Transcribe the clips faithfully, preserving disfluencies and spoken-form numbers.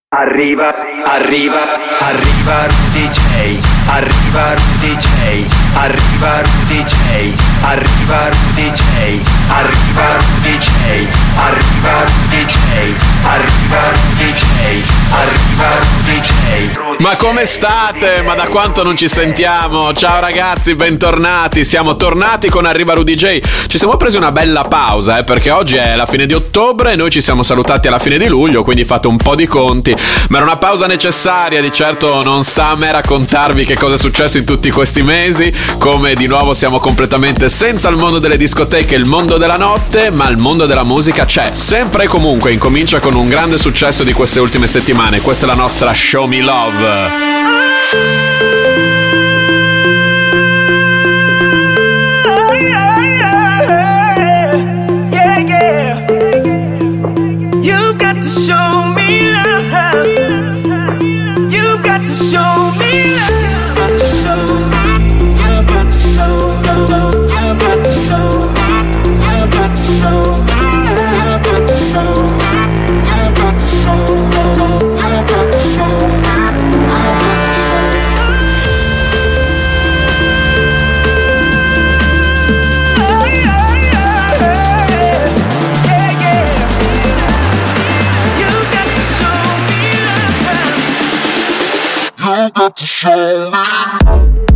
Arriva, arriva, arriva Rudy J, arriva Rudy J, arriva Rudy J, arriva Rudy J, arriva Rudy J, arriva Rudy J, arriva Rudy J, arriva Rudy J. Ma come state? Ma da quanto non ci sentiamo? Ciao ragazzi, bentornati. Siamo tornati con Arriva Rudy J. Ci siamo presi una bella pausa, eh, perché oggi è la fine di ottobre e noi ci siamo salutati alla fine di luglio, quindi fate un po' di conti. Ma era una pausa necessaria, di certo non sta a me raccontarvi che cosa è successo in tutti questi mesi, come di nuovo siamo completamente senza il mondo delle discoteche e il mondo della notte, ma il mondo della musica c'è, sempre e comunque. Incomincia con un grande successo di queste ultime settimane, questa è la nostra Show Me Love. Got to show me.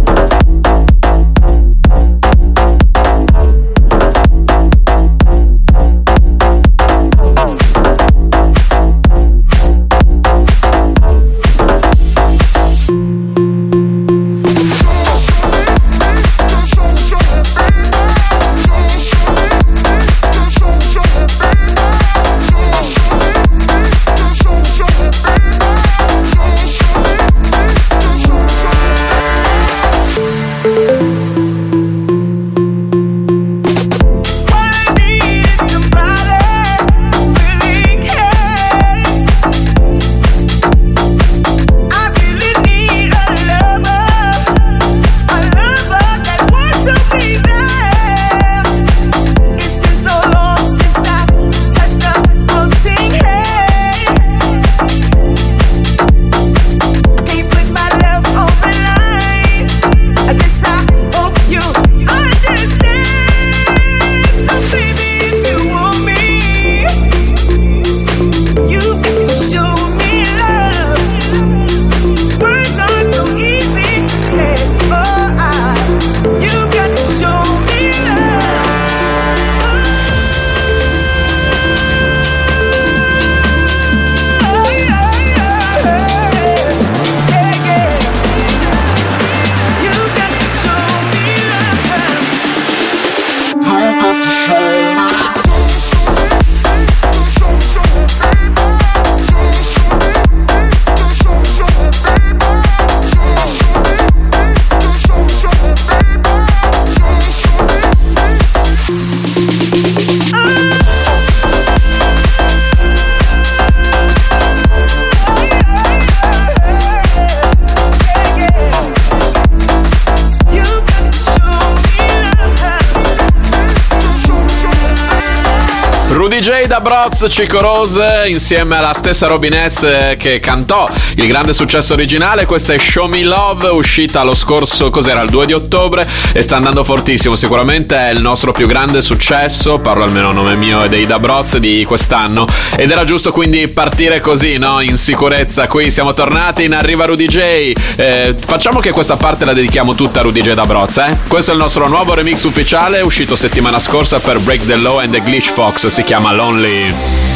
Rudy J da Broz, Chico Rose insieme alla stessa Robin S che cantò il grande successo originale. Questa è Show Me Love, uscita lo scorso, cos'era, il due di ottobre, e sta andando fortissimo. Sicuramente è il nostro più grande successo, parlo almeno a nome mio e dei da Broz, di quest'anno, ed era giusto quindi partire così, no? In sicurezza. Qui siamo tornati in Arriva Rudy J. Eh, facciamo che questa parte la dedichiamo tutta a Rudy J da Broz, eh? Questo è il nostro nuovo remix ufficiale, uscito settimana scorsa per Break the Law and the Glitch Fox, si chiama Lonely.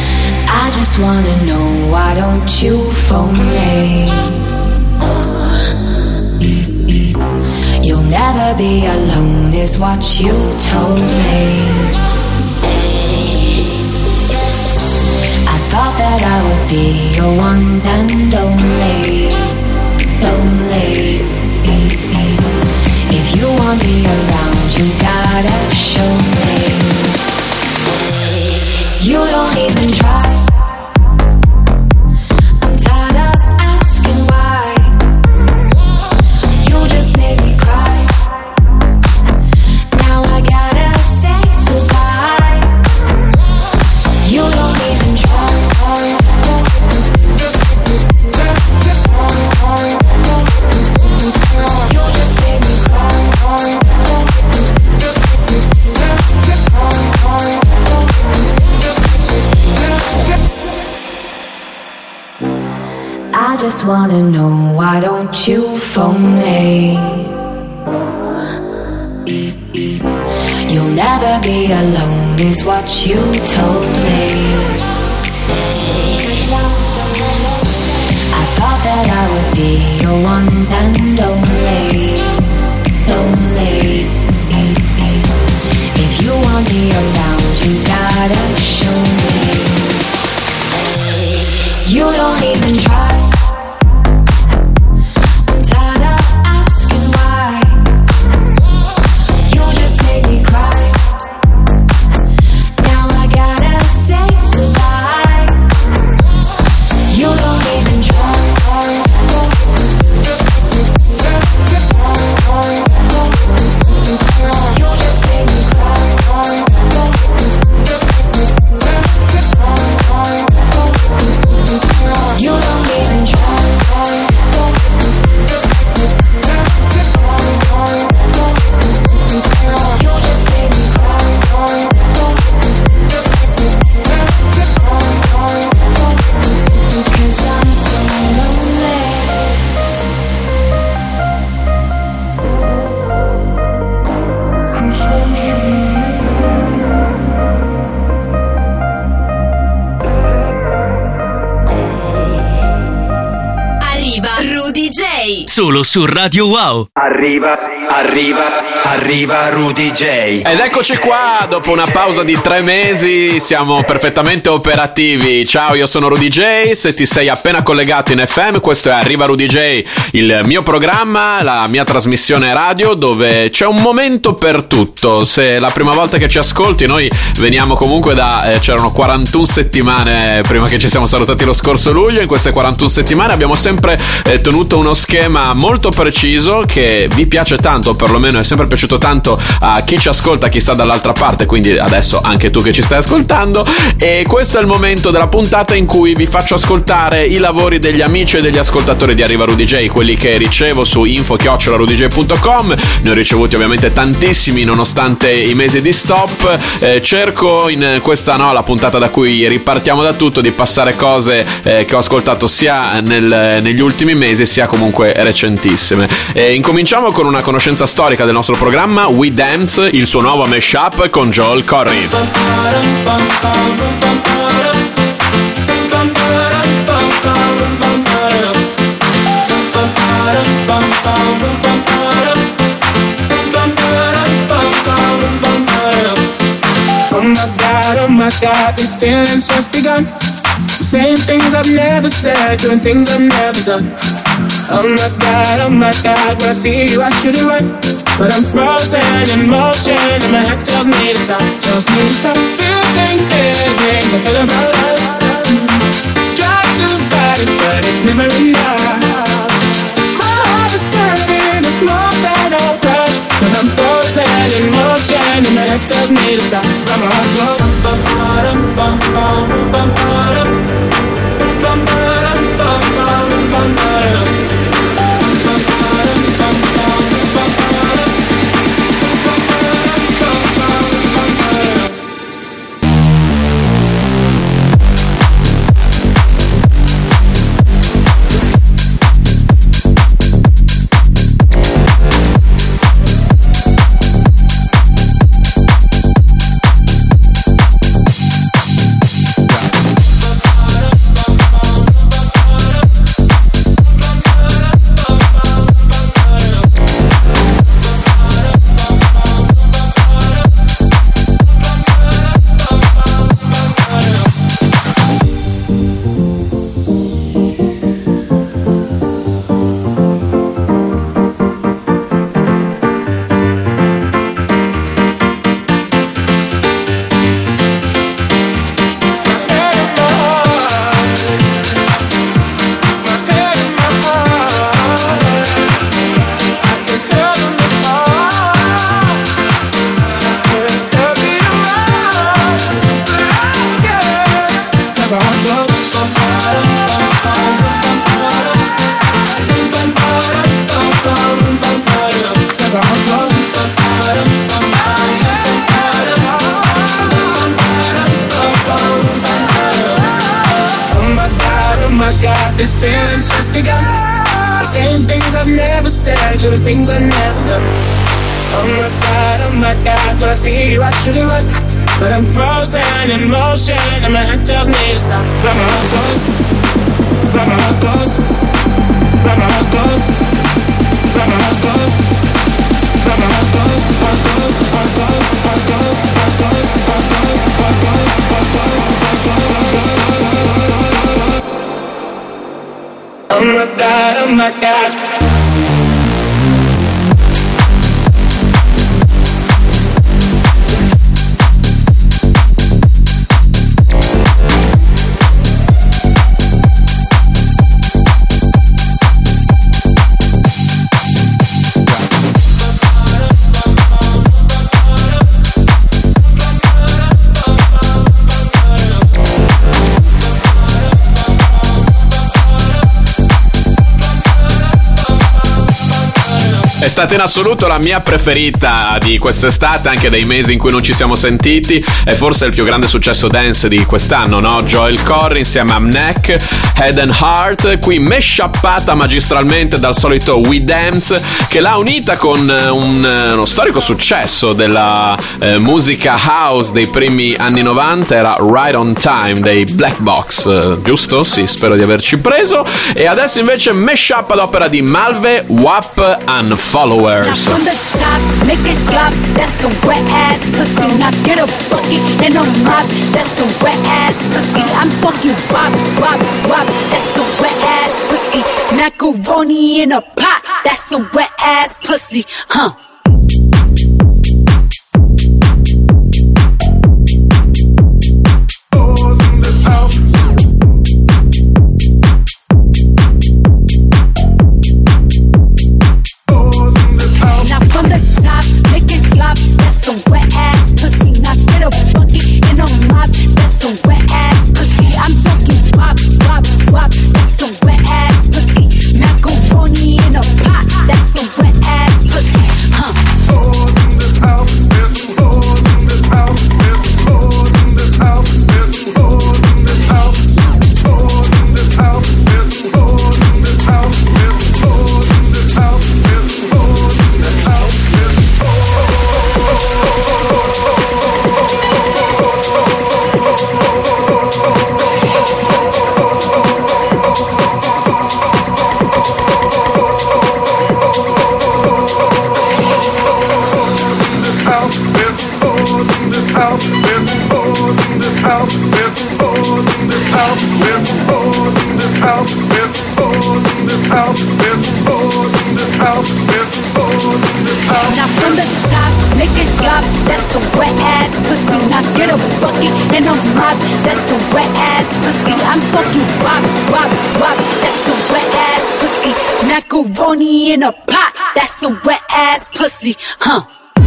I just wanna know, why don't you phone me? You'll never be alone is what you told me. I thought that I would be your one and only, only. If you want me around, you gotta show me. You don't even try. I'm tired of asking why. You just made me cry. Now I gotta say goodbye. You don't even try. I just wanna know, why don't you phone me? You'll never be alone is what you told me. I thought that I would be your one and only, only. If you want me around, you gotta show me. You don't even try. I'm tired of asking why. You just made me cry. Now I gotta say goodbye. You don't even try. You just made me cry. You don't even try. You just made me cry. Cause I'm so lonely. Arriva Rudy J. Solo su Radio Wow. Arriva, arriva, arriva Rudy J. Ed eccoci qua, dopo una pausa di tre mesi siamo perfettamente operativi. Ciao, io sono Rudy J, se ti sei appena collegato in F M, questo è Arriva Rudy J, il mio programma, la mia trasmissione radio dove c'è un momento per tutto. Se è la prima volta che ci ascolti, noi veniamo comunque da, eh, c'erano quarantuno settimane prima che ci siamo salutati lo scorso luglio. In queste quarantuno settimane abbiamo sempre eh, tenuto uno schema molto preciso che vi piace tanto, perlomeno è sempre piaciuto tanto a chi ci ascolta, a chi sta dall'altra parte, quindi adesso anche tu che ci stai ascoltando. E questo è il momento della puntata in cui vi faccio ascoltare i lavori degli amici e degli ascoltatori di Arriva Rudy J, quelli che ricevo su info chiocciola rudy j punto com. Ne ho ricevuti ovviamente tantissimi nonostante i mesi di stop. Eh, cerco in questa, no, la puntata da cui ripartiamo da tutto, di passare cose eh, che ho ascoltato sia nel, negli ultimi mesi sia comunque recentissime. E incominciamo con una conoscenza storica del nostro programma, We Dance, il suo nuovo mashup con Joel Corry. Oh my God, oh my God, these feelings just begun. I'm saying things I've never said, doing things I've never done. Oh my God, oh my God, when I see you I should run, but I'm frozen in motion and my head tells me to stop, tells me to stop. Feeling feelings I feel about us. Try to fight it, but it's never enough. My heart is hurting, it's more than a crush, cause I'm frozen in motion and my head tells me to stop. But my heart goes bum bum bum bum bum bum bum bum bum bum bum. God, this feeling's just begun. Saying things I've never said, doing things I've never done. Oh my God, oh my God, when I see you I truly run. But I'm frozen in motion and my head tells me to stop. But my heart goes, but my heart goes, but my heart goes, but my heart goes, but my heart goes, heart goes, heart goes, heart goes, heart goes, heart goes, heart goes, heart goes, heart goes. Oh my God, oh my God. È stata in assoluto la mia preferita di quest'estate, anche dei mesi in cui non ci siamo sentiti. È forse il più grande successo dance di quest'anno, no? Joel Corry insieme a Mnek, Head and Heart, qui meshappata magistralmente dal solito We Dance, che l'ha unita con un, uno storico successo della eh, musica house dei primi anni novanta, era Right on Time dei Black Box, eh, giusto? Sì, spero di averci preso. E adesso invece mashup ad opera di Malve, W A P and Followers. Now from the top, make it drop. That's some wet ass pussy. Now get a bucket and a mop. That's some wet ass pussy. I'm talking wop, wop, wop. That's some wet ass pussy. Macaroni in a pot. That's some wet ass pussy, huh? Macaroni in a pot, that's some wet ass pussy, huh?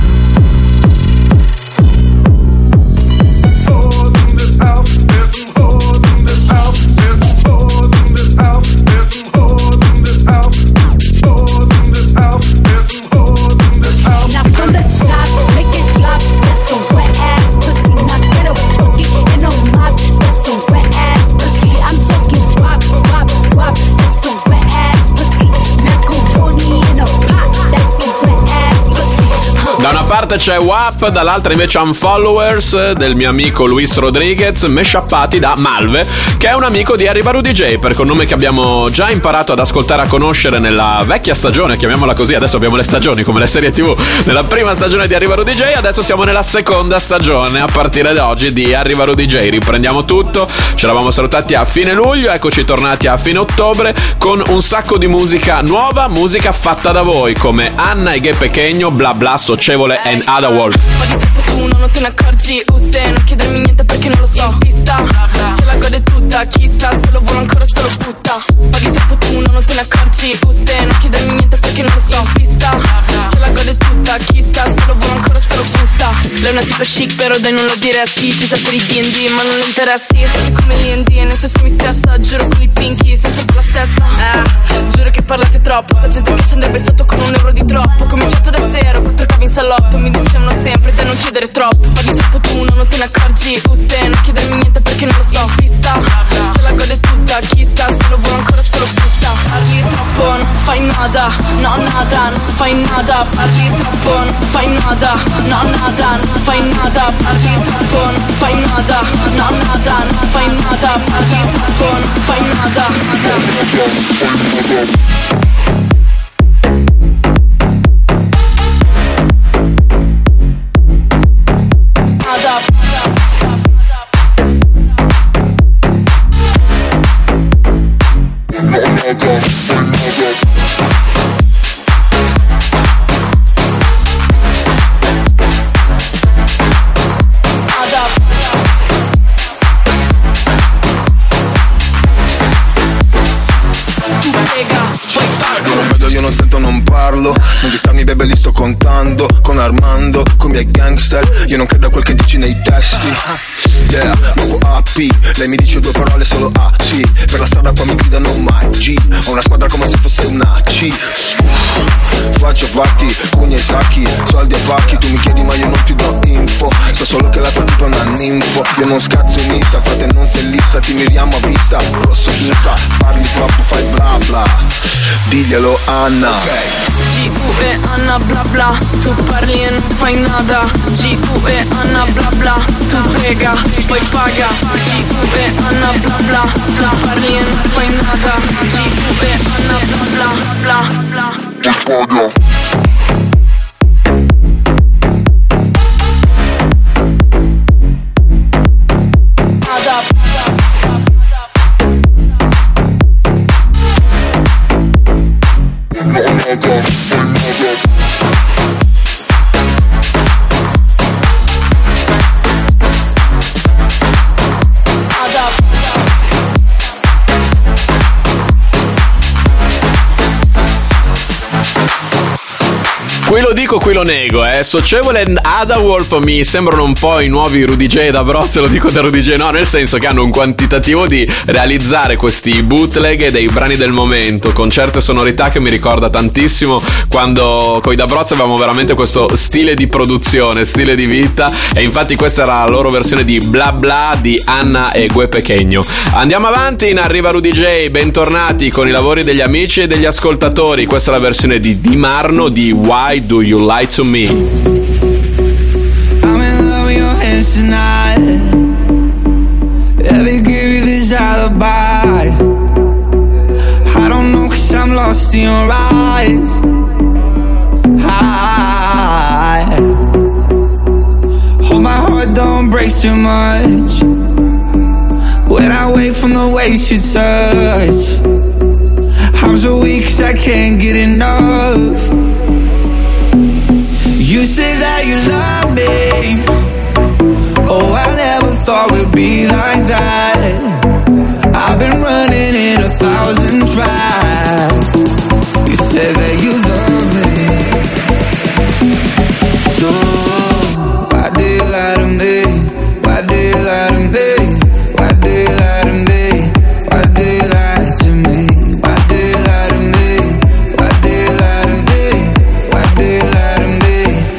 C'è W A P, dall'altra invece Unfollowers del mio amico Luis Rodriguez, meshappati da Malve, che è un amico di Arriva D J, perché un nome che abbiamo già imparato ad ascoltare, a conoscere nella vecchia stagione, chiamiamola così. Adesso abbiamo le stagioni come le serie tv. Nella prima stagione di Arriva D J, adesso siamo nella seconda stagione a partire da oggi di Arriva D J. Riprendiamo tutto, ci eravamo salutati a fine luglio, eccoci tornati a fine ottobre con un sacco di musica nuova, musica fatta da voi, come Anna e Ghe Pechegno, Bla Bla, Socievole and Ada Wolf. Tu non te ne accorgi, uh, se non chiedermi niente perché non lo so. In pista, se la gode tutta, chissà se lo vuole ancora solo putta. Paghi troppo tu non te ne accorgi, uh, se non chiedermi niente perché non lo so. In pista, se la gode tutta, chissà se lo vuole ancora solo putta. Lei è una tipa chic però dai non lo diresti. Ti sa per i D and D ma non le interessi. Come l'I N D, non so se mi stressa, giuro con il pinky sei sempre la stessa. Eh, giuro che parlate troppo. Sta gente che ci andrebbe sotto con un euro di troppo. Ho cominciato da zero, quattro cavi in salotto. Mi dicevano sempre da non chiedere troppo. Parli troppo tu, non te ne accorgi. Tu se non chiedermi niente perché non lo so. Pista, se la gode tutta, chissà se lo vuole ancora solo putta. Parli troppo, non fai nada, no nada, non fai nada. Parli troppo, non fai nada, no nada, non fai nada. Parli troppo, non fai nada, no nada, non fai nada. Parli troppo, non fai nada. Non distrarmi bebe li sto contando. Con Armando, con i miei gangster. Io non credo a quel che dici nei testi. Yeah, nuovo A P. Lei mi dice due parole solo A, sì. Per la strada qua mi gridano Maggi. Ho una squadra come se fosse una C. Faccio fatti, pugni e sacchi, soldi a pacchi. Tu mi chiedi ma io non ti do info. So solo che la tua tipa è una ninfo. Io non scazzo in lista, frate non sei lista. Ti miriamo a vista, rosso infa. Parli troppo, fai bla bla. Diglielo Anna, okay. G U E Anna bla bla. Tu parli e non fai nada. G U E Anna bla bla. Tu prega, poi paga. G U E Anna bla bla. Tu parli e non fai nada. G U E Anna bla bla bla bla. Poi paga. Qui lo dico, qui lo nego, eh. Socievole e Ada Wolf mi sembrano un po' i nuovi Rudy J da Brozza, lo dico da Rudy J, no, nel senso che hanno un quantitativo di realizzare questi bootleg dei brani del momento con certe sonorità che mi ricorda tantissimo quando coi da Brozza avevamo veramente questo stile di produzione, stile di vita, e infatti questa era la loro versione di Bla Bla di Anna e Gue Pechegno. Andiamo avanti, in arriva Rudy J, bentornati con i lavori degli amici e degli ascoltatori. Questa è la versione di Di Marno di Why Do You Lie to Me? I'm in love with your hands tonight. Yeah, they give you this alibi. I don't know, cause I'm lost in your eyes. I hold my heart, don't break too much. When I wake from the way you touch, I'm so weak cause I can't get enough. You say that you love me. Oh, I never thought we'd be like that. I've been running in a thousand tries. You say that you love me. So why do you lie to me? Why do you lie to me? Why do you lie to me? Why do you lie to me? Why do you lie to me? Why do you lie to me? Why do you lie to me?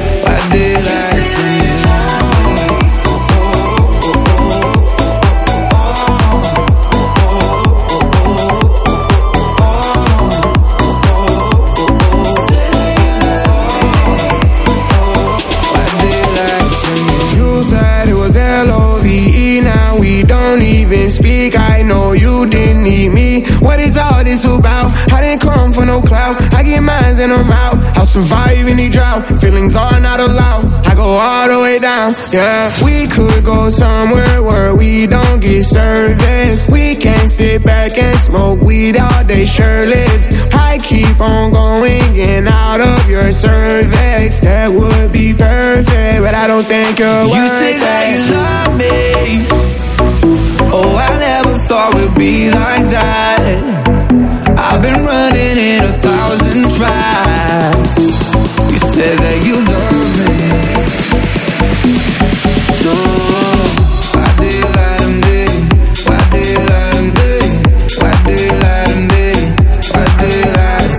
What is all this about? I didn't come for no clout. I get mines and I'm out. I'll survive any drought. Feelings are not allowed. I go all the way down. Yeah, we could go somewhere where we don't get service. We can sit back and smoke weed all day shirtless. I keep on going in out of your cervix. That would be perfect, but I don't think you're worth it. You say that you love me. Oh, I never thought we'd be like that. I've been running in a thousand tries. You said that you love me. So why do you lie to me? Why do you lie to me? Why do you lie to me? Why do you lie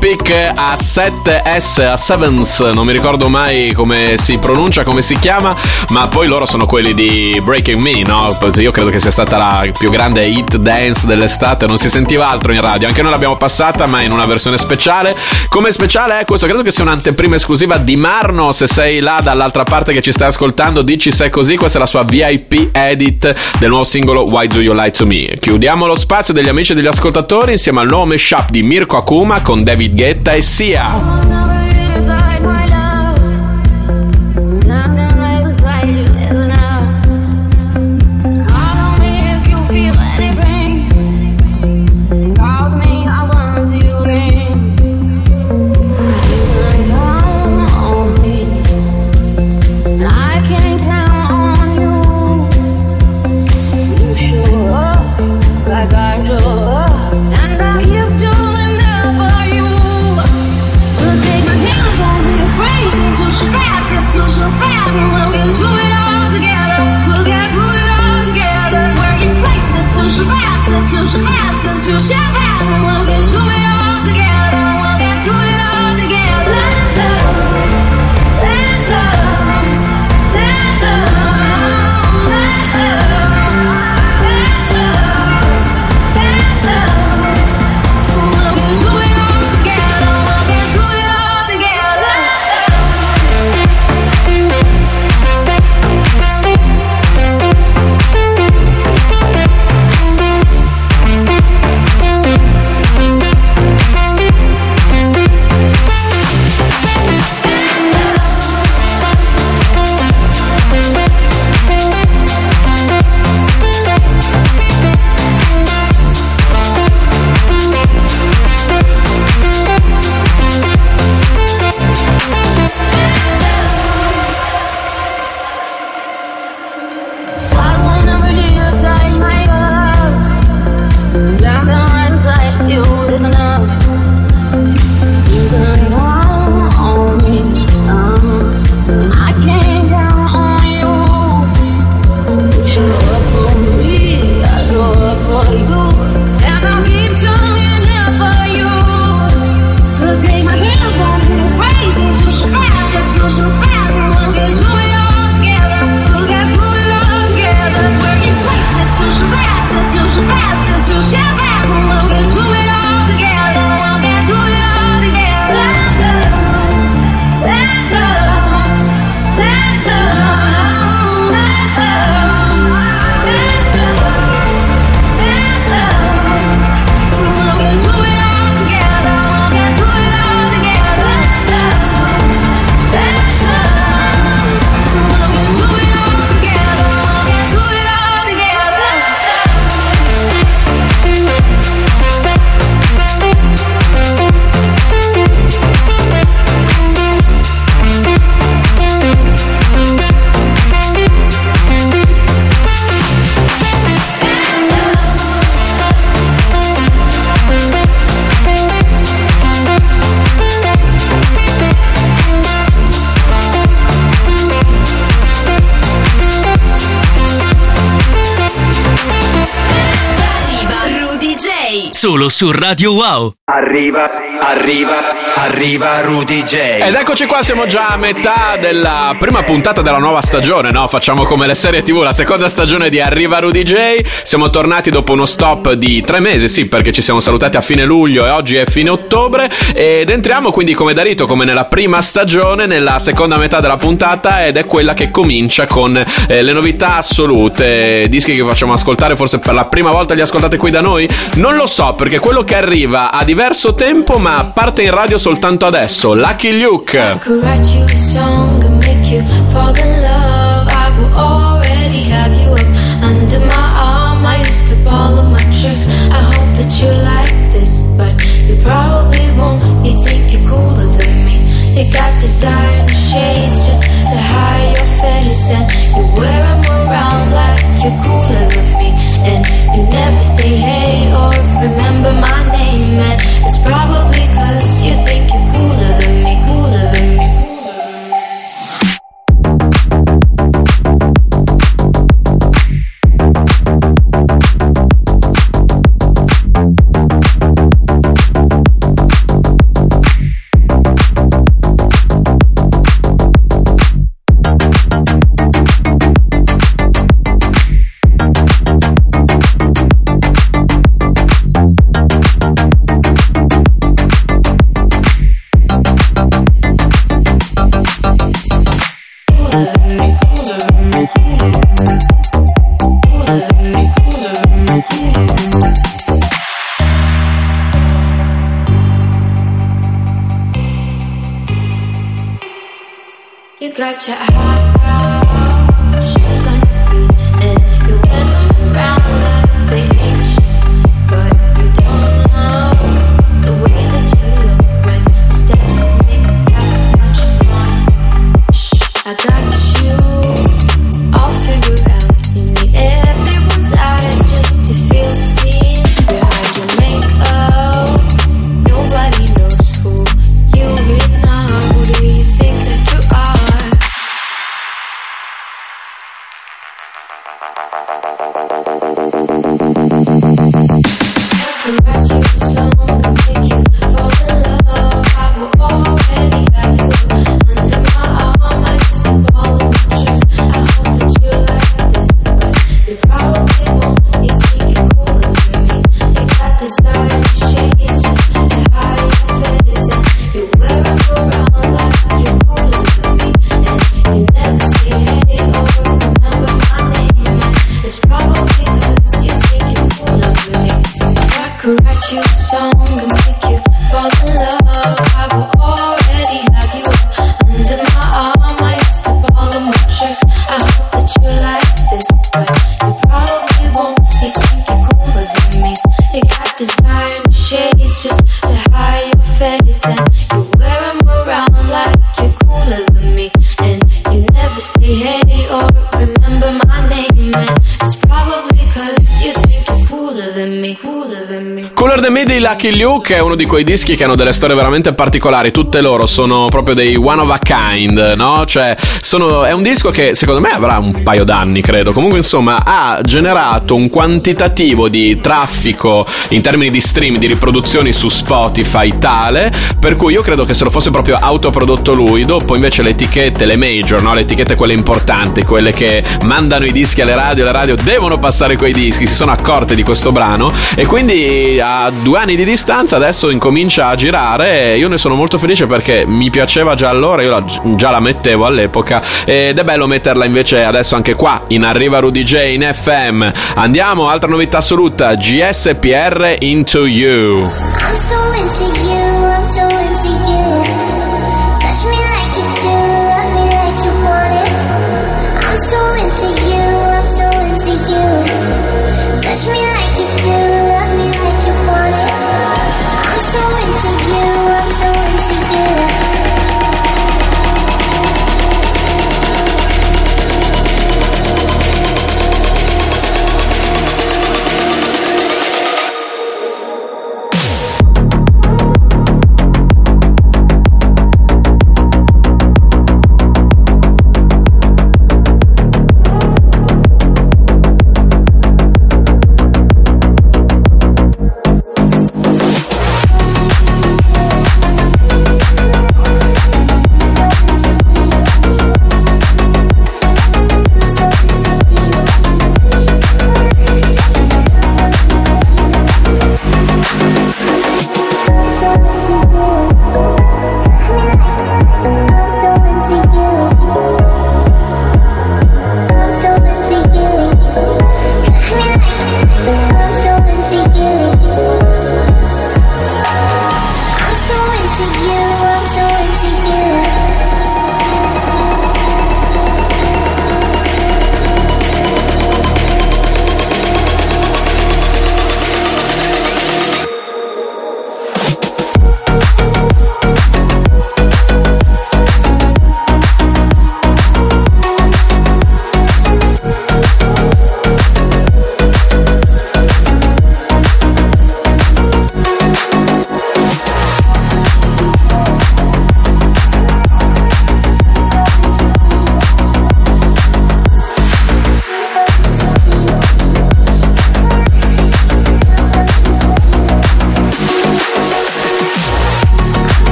Topic a sette S, a Sevens, non mi ricordo mai come si pronuncia, come si chiama, ma poi loro sono quelli di Breaking Me, no? Io credo che sia stata la più grande hit dance dell'estate, non si sentiva altro in radio, anche noi l'abbiamo passata ma in una versione speciale. Come speciale è questo, credo che sia un'anteprima esclusiva di Marno. Se sei là dall'altra parte che ci stai ascoltando, dici se è così. Questa è la sua V I P edit del nuovo singolo Why Do You Lie To Me. Chiudiamo lo spazio degli amici e degli ascoltatori insieme al nuovo mashup di Mirko Akuma con David Guetta e Sia. Solo su Radio Wow. Arriva, arriva, arriva Rudy J. Ed eccoci qua, siamo già a metà della prima puntata della nuova stagione, no? Facciamo come le serie tivù, la seconda stagione di Arriva Rudy J. Siamo tornati dopo uno stop di tre mesi, sì, perché ci siamo salutati a fine luglio e oggi è fine ottobre. Ed entriamo quindi come da rito, come nella prima stagione, nella seconda metà della puntata, ed è quella che comincia con eh, le novità assolute, dischi che facciamo ascoltare forse per la prima volta. Li ascoltate qui da noi? Non lo so, perché quello che arriva ha diverso tempo ma parte in radio soltanto adesso. Lucky Luke. I could write you a song and make you fall in love. I will already have you up under my arm. I used to ball of my tricks. I hope that you like this, but you probably won't. You think you're cooler than me. You got designer shades just to hide your face, and you wear them around like you're cooler than me. And you never say hey or remember my name, and it's probably cause you think you're cooler than me, cooler than me. You got your high shoes on your feet and you wear them around like they ain't shit, but you don't know the way that you look when the steps make that much noise. Shh, I got you all figured out. You need everyone's eyes just to feel seen behind your makeup. Nobody knows who you really are. Who do you think that you are? Lucky Luke è uno di quei dischi che hanno delle storie veramente particolari, tutte loro sono proprio dei one of a kind, no? Cioè, sono, è un disco che secondo me avrà un paio d'anni, credo. Comunque, insomma, ha generato un quantitativo di traffico in termini di stream, di riproduzioni su Spotify tale, per cui io credo che se lo fosse proprio autoprodotto lui. Dopo invece le etichette, le major, no? Le etichette quelle importanti, quelle che mandano i dischi alle radio, le radio devono passare quei dischi, si sono accorte di questo brano e quindi a due anni di distanza adesso incomincia a girare e io ne sono molto felice perché mi piaceva già allora, io la, già la mettevo all'epoca ed è bello metterla invece adesso anche qua in Arriva Rudy J in F M. Andiamo, altra novità assoluta, G S P R Into You. I'm so into you, I'm so into you. Touch me like you do, love me like you want it. I'm so into you, I'm so into you. Touch me like you do, love me like you want it. I'm so into you, I'm so into you.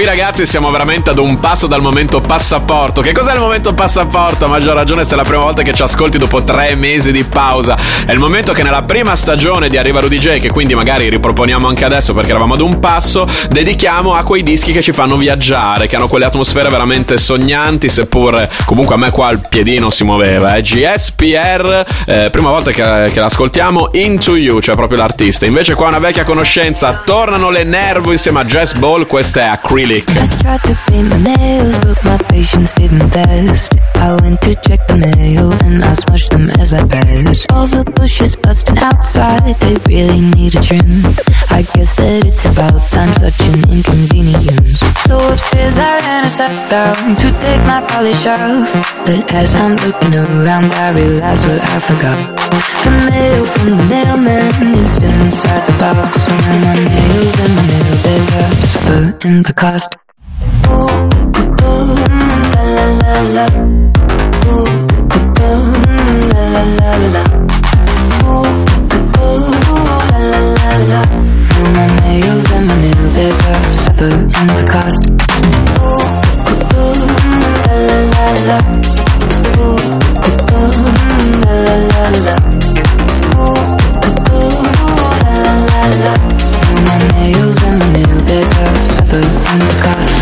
qui ragazzi siamo veramente ad un passo dal momento passaporto. Che cos'è il momento passaporto? A maggior ragione se è la prima volta che ci ascolti dopo tre mesi di pausa. È il momento che nella prima stagione di Arriva Rudy J, che quindi magari riproponiamo anche adesso perché eravamo ad un passo, dedichiamo a quei dischi che ci fanno viaggiare, che hanno quelle atmosfere veramente sognanti, seppur comunque a me qua il piedino si muoveva. eh. G S P R, eh, prima volta che, che l'ascoltiamo, Into You, cioè proprio l'artista. Invece qua una vecchia conoscenza, tornano le Nervo insieme a Jess Ball, questa è Acrylic. I tried to paint my nails, but my patience didn't test. I went to check the mail and I smushed them as I passed. All the bushes busting outside, they really need a trim. I guess that it's about time, such an inconvenience. So upstairs I ran and sat down to take my polish off. But as I'm looking around, I realize what I forgot. The mail from the mailman is still inside the box. And now my nails and my nail beds are suffering the cost. Ooh, ooh, ooh, la la la la. Ooh, ooh, ooh, la la la la. Ooh, ooh, ooh, la la la la. Now my nails and my nail beds are suffering the cost. Ooh, ooh, ooh, la la la la. Ooh, ooh, ooh, la la la la. Ooh, ooh, ooh, la la la la. Now my nails and my nail beds are suffering the cost.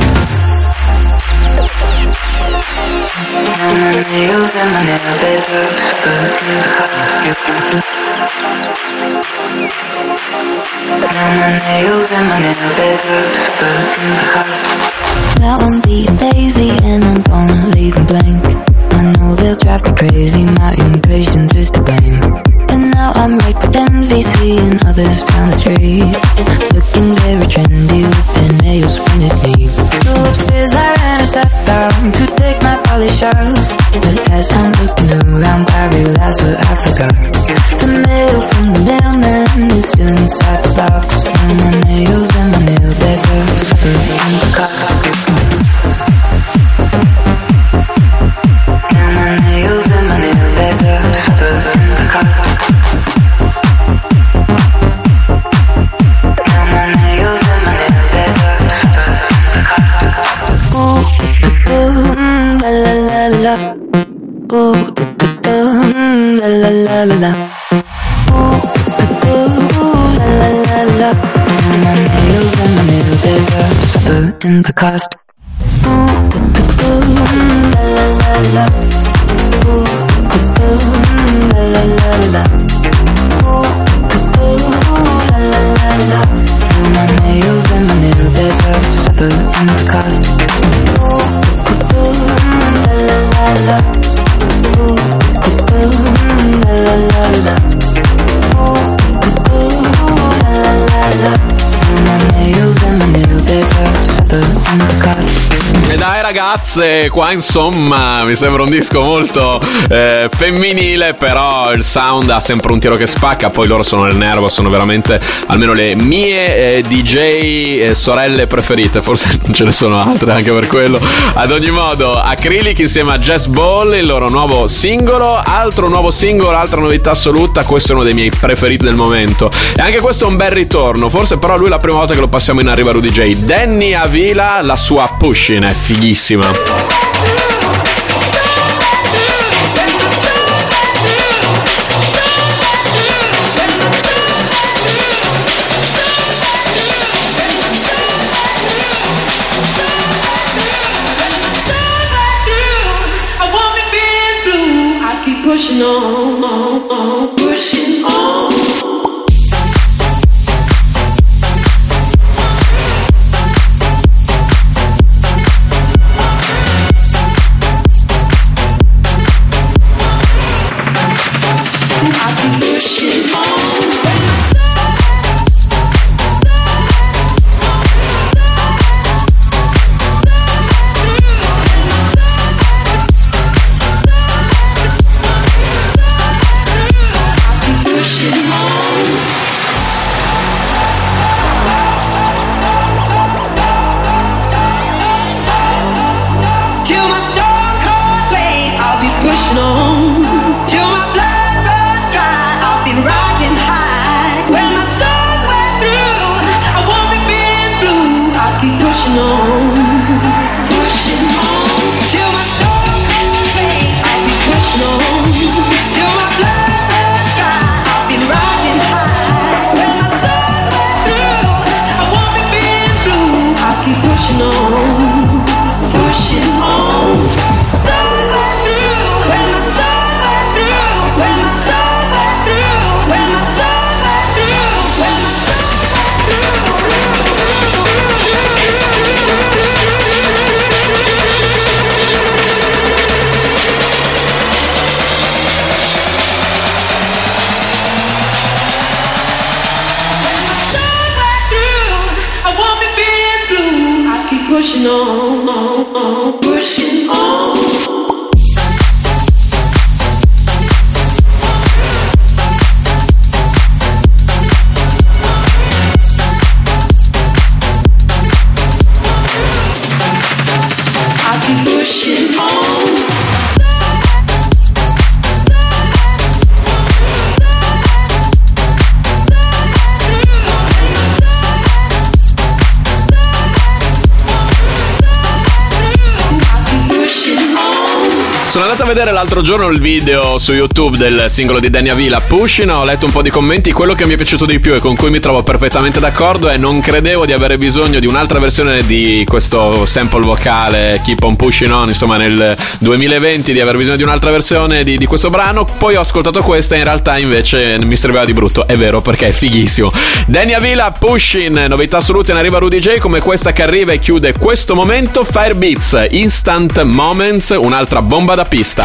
Now my nails and my nail beds are suffering the cost. Now my nails and my nail beds are suffering the cost. Now I'm being lazy and I'm gonna leave them blank. I know they'll drive me crazy, my impatience is to blame. And now I'm right with envy, seeing others down the street looking very trendy with their nails painted neat. So upstairs I ran and sat down to take my polish off. But as I'm looking around I realize what I forgot. The mail from the mailman is still inside the box. Now my nails and my nail beds are suffering the cost. Now my nails and my nail beds are suffering the cost. Now my nails and my nail beds are suffering the cost. Ooh, ooh, mm, la la la la. Ooh, ooh, ooh, la la la la la. Ooh, ooh, ooh, la la la la. Now my nails and my nail beds are suffering the cost. Ooh, ooh, ooh, la la la la. Ooh, ooh, ooh, la la la la. Ooh, ooh, ooh, la la la la. Now my nails and my nail beds are suffering the cost. Ooh, ooh, ooh, la la la la. Ooh, ooh, ooh, la la la la. Ooh, ooh, ooh, la la la la. Now my nails and my nail beds are suffering the cost. E dai ragazze, qua insomma mi sembra un disco molto eh, femminile, però il sound ha sempre un tiro che spacca. Poi loro sono nel Nervo, sono veramente almeno le mie eh, D J eh, sorelle preferite, forse non ce ne sono altre anche per quello. Ad ogni modo, Acrylic insieme a Jess Ball, il loro nuovo singolo, altro nuovo singolo, altra novità assoluta. Questo è uno dei miei preferiti del momento e anche questo è un bel ritorno, forse però lui è la prima volta che lo passiamo in Arriva Rudy J. Danny Avila, la sua Pushin' è fighissima. Pushing on, on, on, pushing on. No. pushing on, on, on, pushing on. I keep pushing on. Sono andato a vedere l'altro giorno il video su YouTube del singolo di Danny Avila, Pushing. Ho letto un po' di commenti. Quello che mi è piaciuto di più e con cui mi trovo perfettamente d'accordo è: non credevo di avere bisogno di un'altra versione di questo sample vocale Keep on Pushing On, insomma nel duemilaventi, di aver bisogno di un'altra versione di, di questo brano. Poi ho ascoltato questa e in realtà invece mi serviva di brutto. È vero, perché è fighissimo. Danny Avila, Pushing, novità assolute in Arriva Rudy J, come questa che arriva e chiude questo momento. Firebeats, Instant Moments, un'altra bomba da pista.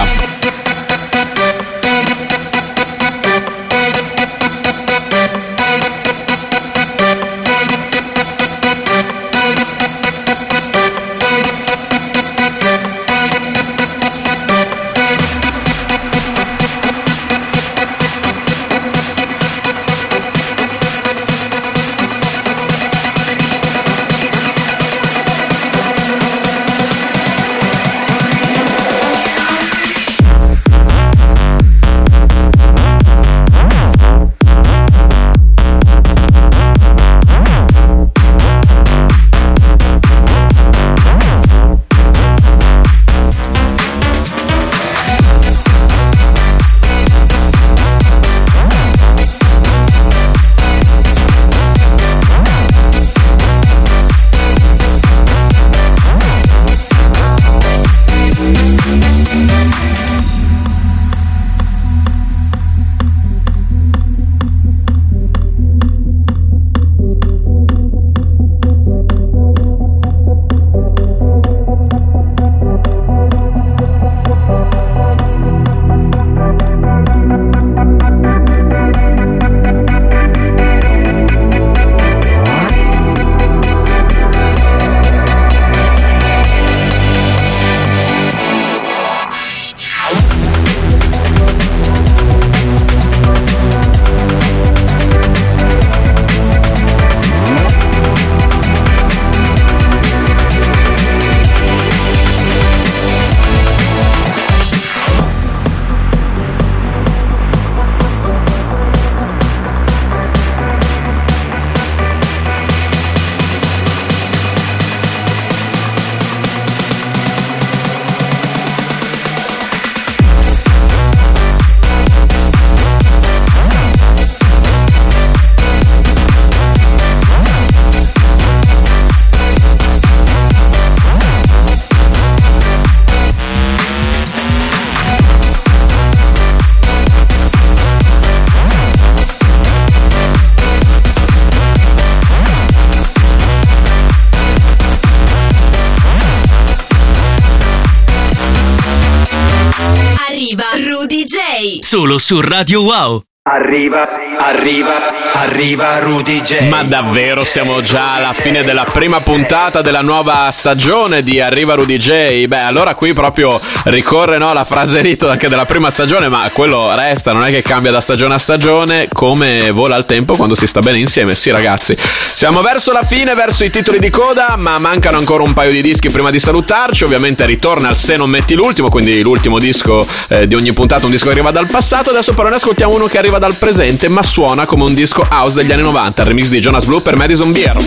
Rudy J. Solo su Radio Wow. Arriva, arriva, arriva Rudy J. Ma davvero siamo già alla fine della prima puntata della nuova stagione di Arriva Rudy J? Beh, allora qui proprio ricorre, no, la frase rito anche della prima stagione, ma quello resta, non è che cambia da stagione a stagione, come vola il tempo quando si sta bene insieme. Sì ragazzi, siamo verso la fine, verso i titoli di coda, ma mancano ancora un paio di dischi prima di salutarci. Ovviamente ritorna al Se non metti l'ultimo, quindi l'ultimo disco eh, di ogni puntata, un disco che arriva dal passato. Adesso però ne ascoltiamo uno che arriva dal presente, ma suona come un disco house degli anni novanta, il remix di Jonas Blue per Madison Beer.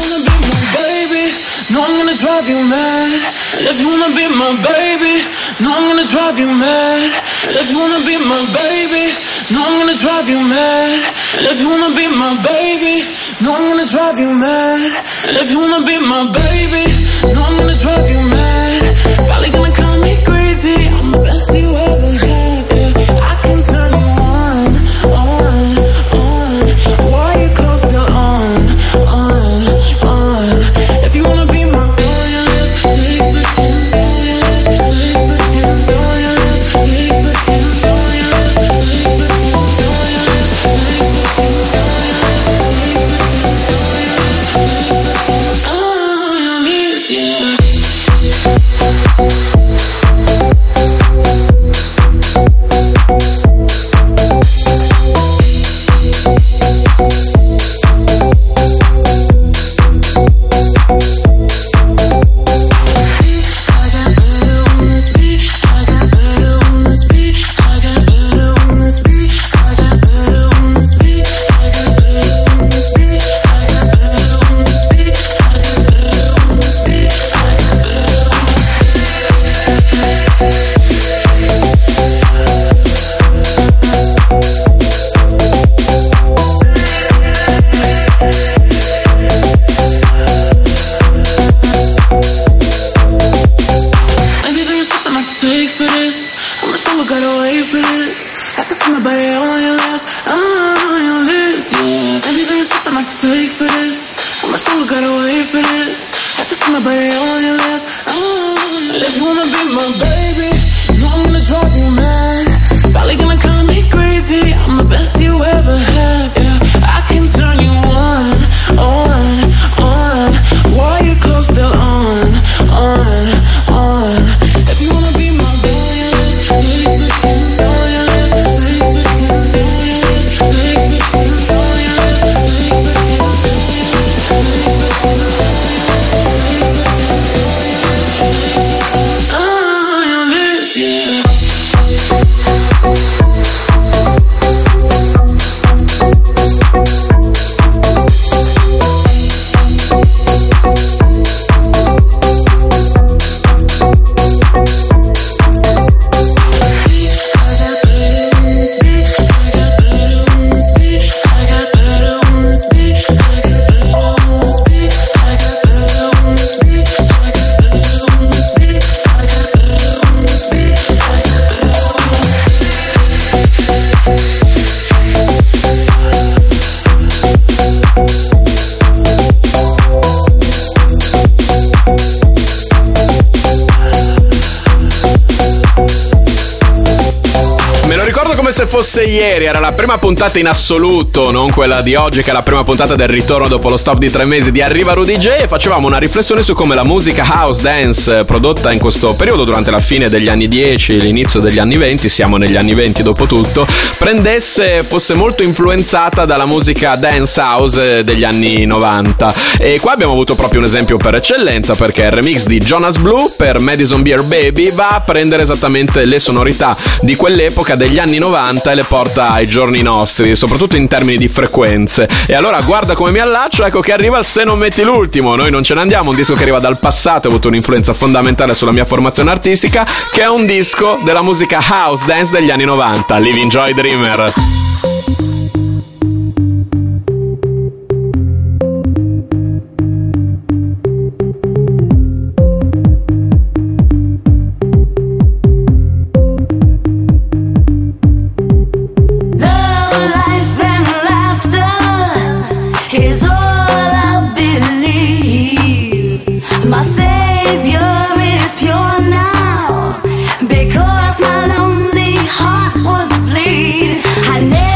No, I'm gonna drive you mad. If you wanna be my baby, no, I'm gonna drive you mad. If you wanna be my baby, no, I'm gonna drive you mad. If you wanna be my baby, no, I'm gonna drive you mad. If you wanna be my baby, no, I'm gonna drive you mad. Probably gonna call me crazy. I'm the best you ever had. Yeah. I can turn you on, on, on. Why you close the on, on, on? If you wanna be gotta wait for this. I can see my body on your lips, on your lips, yeah. Everything is something I can take for this. I'm a soul, gotta wait for this. I can see my body on your lips, on. If you wanna be my baby, you know I'm gonna drive you mad. Probably gonna call me crazy. I'm the best you ever had, yeah. I can turn you on, on, on. While your clothes still on, on, on. If you wanna be my billionist, take the hint on your list, take the hint on your list, take the hint on your list, take the hint on your list, take the hint on your list, yeah. Se fosse ieri, era la prima puntata in assoluto, non quella di oggi che è la prima puntata del ritorno dopo lo stop di tre mesi di Arriva Rudy J, e facevamo una riflessione su come la musica house dance prodotta in questo periodo durante la fine degli anni dieci, l'inizio degli anni venti, siamo negli anni venti dopo tutto, prendesse, fosse molto influenzata dalla musica dance house degli anni novanta. E qua abbiamo avuto proprio un esempio per eccellenza, perché il remix di Jonas Blue per Madison Beer Baby va a prendere esattamente le sonorità di quell'epoca degli anni novanta e le porta ai giorni nostri, soprattutto in termini di frequenze. E allora guarda come mi allaccio, ecco che arriva il Se non metti l'ultimo, Noi non ce ne andiamo, un disco che arriva dal passato e ha avuto un'influenza fondamentale sulla mia formazione artistica, che è un disco della musica house dance degli anni novanta, Living Joy Dreamer. My savior is pure now, because my lonely heart would bleed. I never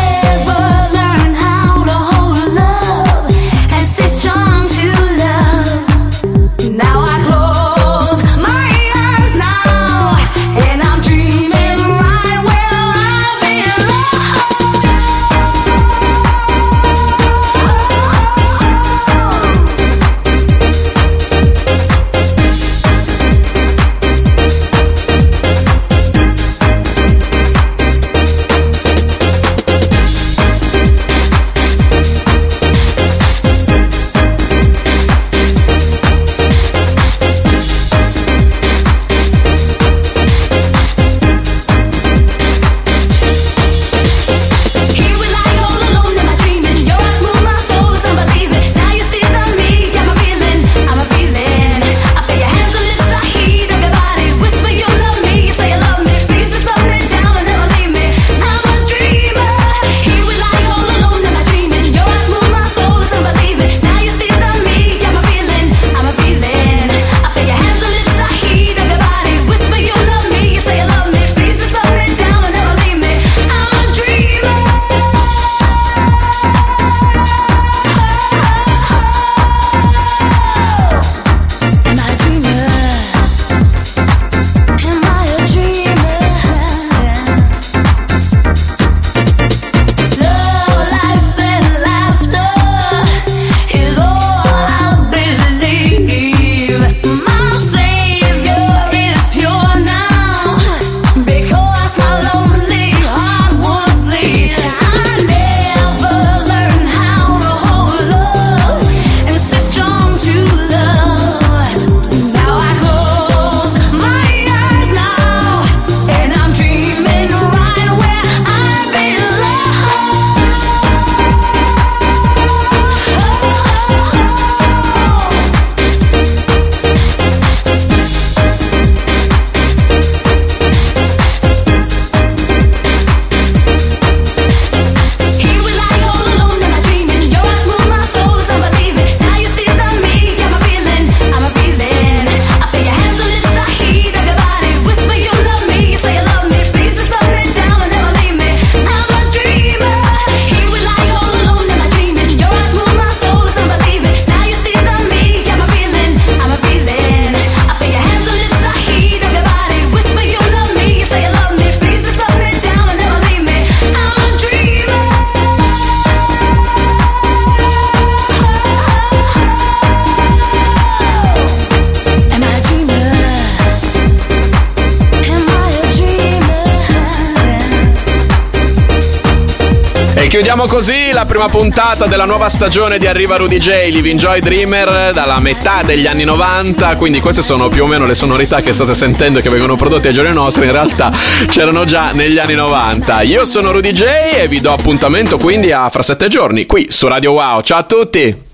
chiudiamo così la prima puntata della nuova stagione di Arriva Rudy J, Live Enjoy Dreamer, dalla metà degli anni novanta, quindi queste sono più o meno le sonorità che state sentendo e che vengono prodotte ai giorni nostri, in realtà c'erano già negli anni novanta. Io sono Rudy J e vi do appuntamento quindi a fra sette giorni qui su Radio Wow. Ciao a tutti!